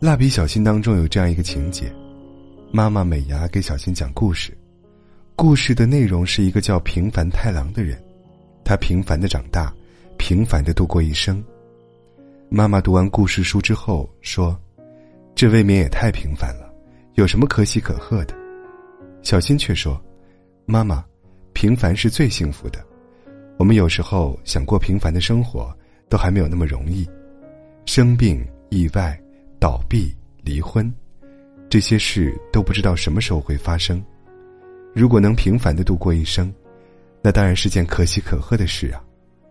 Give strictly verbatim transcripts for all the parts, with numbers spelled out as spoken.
蜡笔小新当中有这样一个情节，妈妈美伢给小新讲故事，故事的内容是一个叫平凡太郎的人，他平凡的长大，平凡的度过一生。妈妈读完故事书之后说，这未免也太平凡了，有什么可喜可贺的？小新却说，妈妈，平凡是最幸福的，我们有时候想过平凡的生活都还没有那么容易，生病、意外、倒闭、离婚，这些事都不知道什么时候会发生。如果能平凡地度过一生，那当然是件可喜可贺的事啊。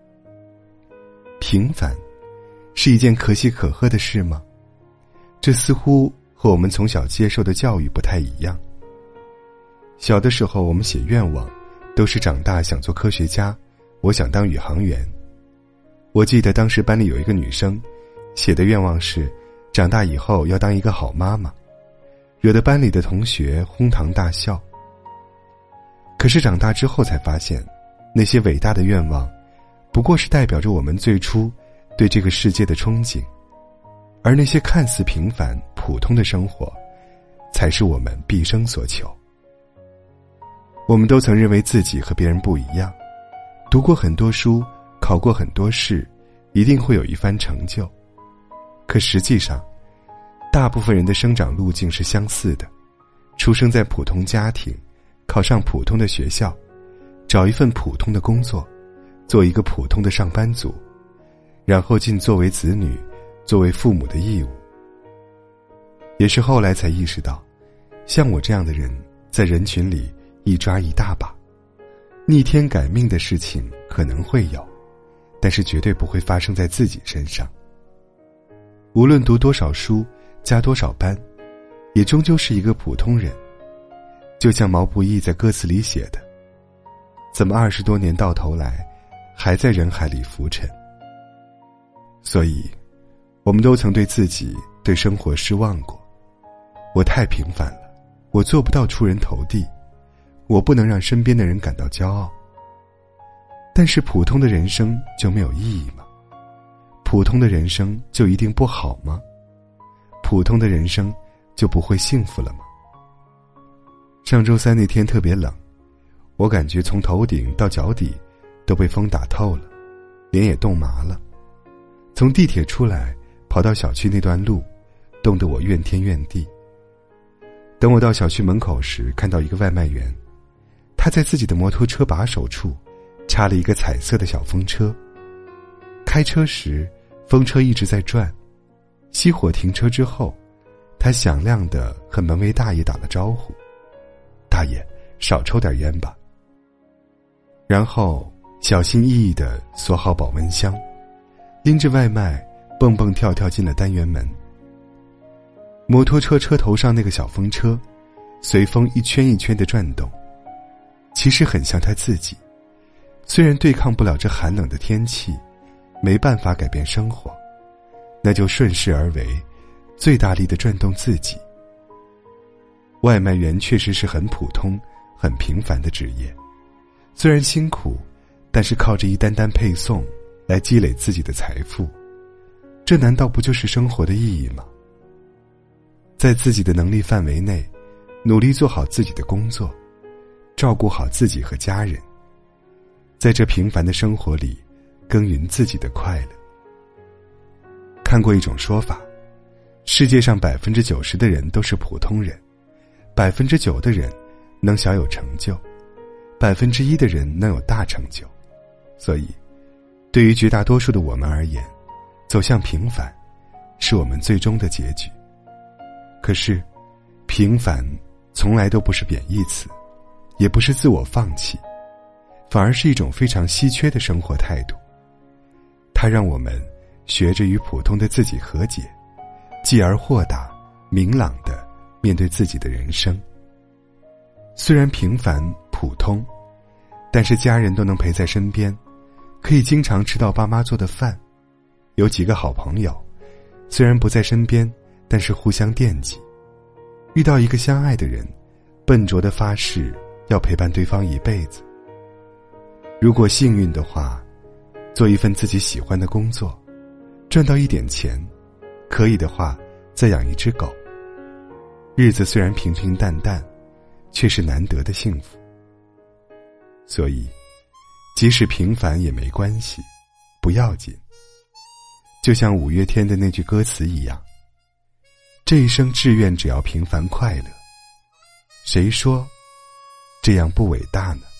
平凡是一件可喜可贺的事吗？这似乎和我们从小接受的教育不太一样。小的时候我们写愿望都是长大想做科学家，我想当宇航员。我记得当时班里有一个女生写的愿望是长大以后要当一个好妈妈，惹得班里的同学哄堂大笑。可是长大之后才发现，那些伟大的愿望不过是代表着我们最初对这个世界的憧憬，而那些看似平凡普通的生活才是我们毕生所求。我们都曾认为自己和别人不一样，读过很多书，考过很多试，一定会有一番成就。可实际上，大部分人的生长路径是相似的，出生在普通家庭，考上普通的学校，找一份普通的工作，做一个普通的上班族，然后尽作为子女、作为父母的义务。也是后来才意识到，像我这样的人在人群里一抓一大把，逆天改命的事情可能会有，但是绝对不会发生在自己身上。无论读多少书，加多少班，也终究是一个普通人。就像毛不易在歌词里写的，怎么二十多年到头来还在人海里浮沉。所以我们都曾对自己、对生活失望过。我太平凡了，我做不到出人头地，我不能让身边的人感到骄傲。但是普通的人生就没有意义吗？普通的人生就一定不好吗？普通的人生就不会幸福了吗？上周三那天特别冷，我感觉从头顶到脚底都被风打透了，脸也冻麻了。从地铁出来跑到小区那段路，冻得我怨天怨地。等我到小区门口时，看到一个外卖员，他在自己的摩托车把手处插了一个彩色的小风车。开车时风车一直在转，熄火停车之后，他响亮地和门卫大爷打了招呼，大爷少抽点烟吧。然后小心翼翼地锁好保温箱，拎着外卖蹦蹦跳跳进了单元门。摩托车车头上那个小风车随风一圈一圈地转动，其实很像他自己，虽然对抗不了这寒冷的天气，没办法改变生活，那就顺势而为，最大力地转动自己。外卖员确实是很普通、很平凡的职业，虽然辛苦，但是靠着一单单配送来积累自己的财富，这难道不就是生活的意义吗？在自己的能力范围内，努力做好自己的工作，照顾好自己和家人，在这平凡的生活里耕耘自己的快乐。看过一种说法，世界上百分之九十的人都是普通人，百分之九的人能小有成就，百分之一的人能有大成就。所以，对于绝大多数的我们而言，走向平凡，是我们最终的结局。可是，平凡从来都不是贬义词，也不是自我放弃，反而是一种非常稀缺的生活态度。它让我们学着与普通的自己和解，继而豁达、明朗地面对自己的人生。虽然平凡、普通，但是家人都能陪在身边，可以经常吃到爸妈做的饭。有几个好朋友，虽然不在身边，但是互相惦记。遇到一个相爱的人，笨拙地发誓要陪伴对方一辈子。如果幸运的话，做一份自己喜欢的工作，赚到一点钱，可以的话再养一只狗。日子虽然平平淡淡，却是难得的幸福。所以即使平凡也没关系，不要紧。就像五月天的那句歌词一样，这一生志愿只要平凡快乐，谁说这样不伟大呢？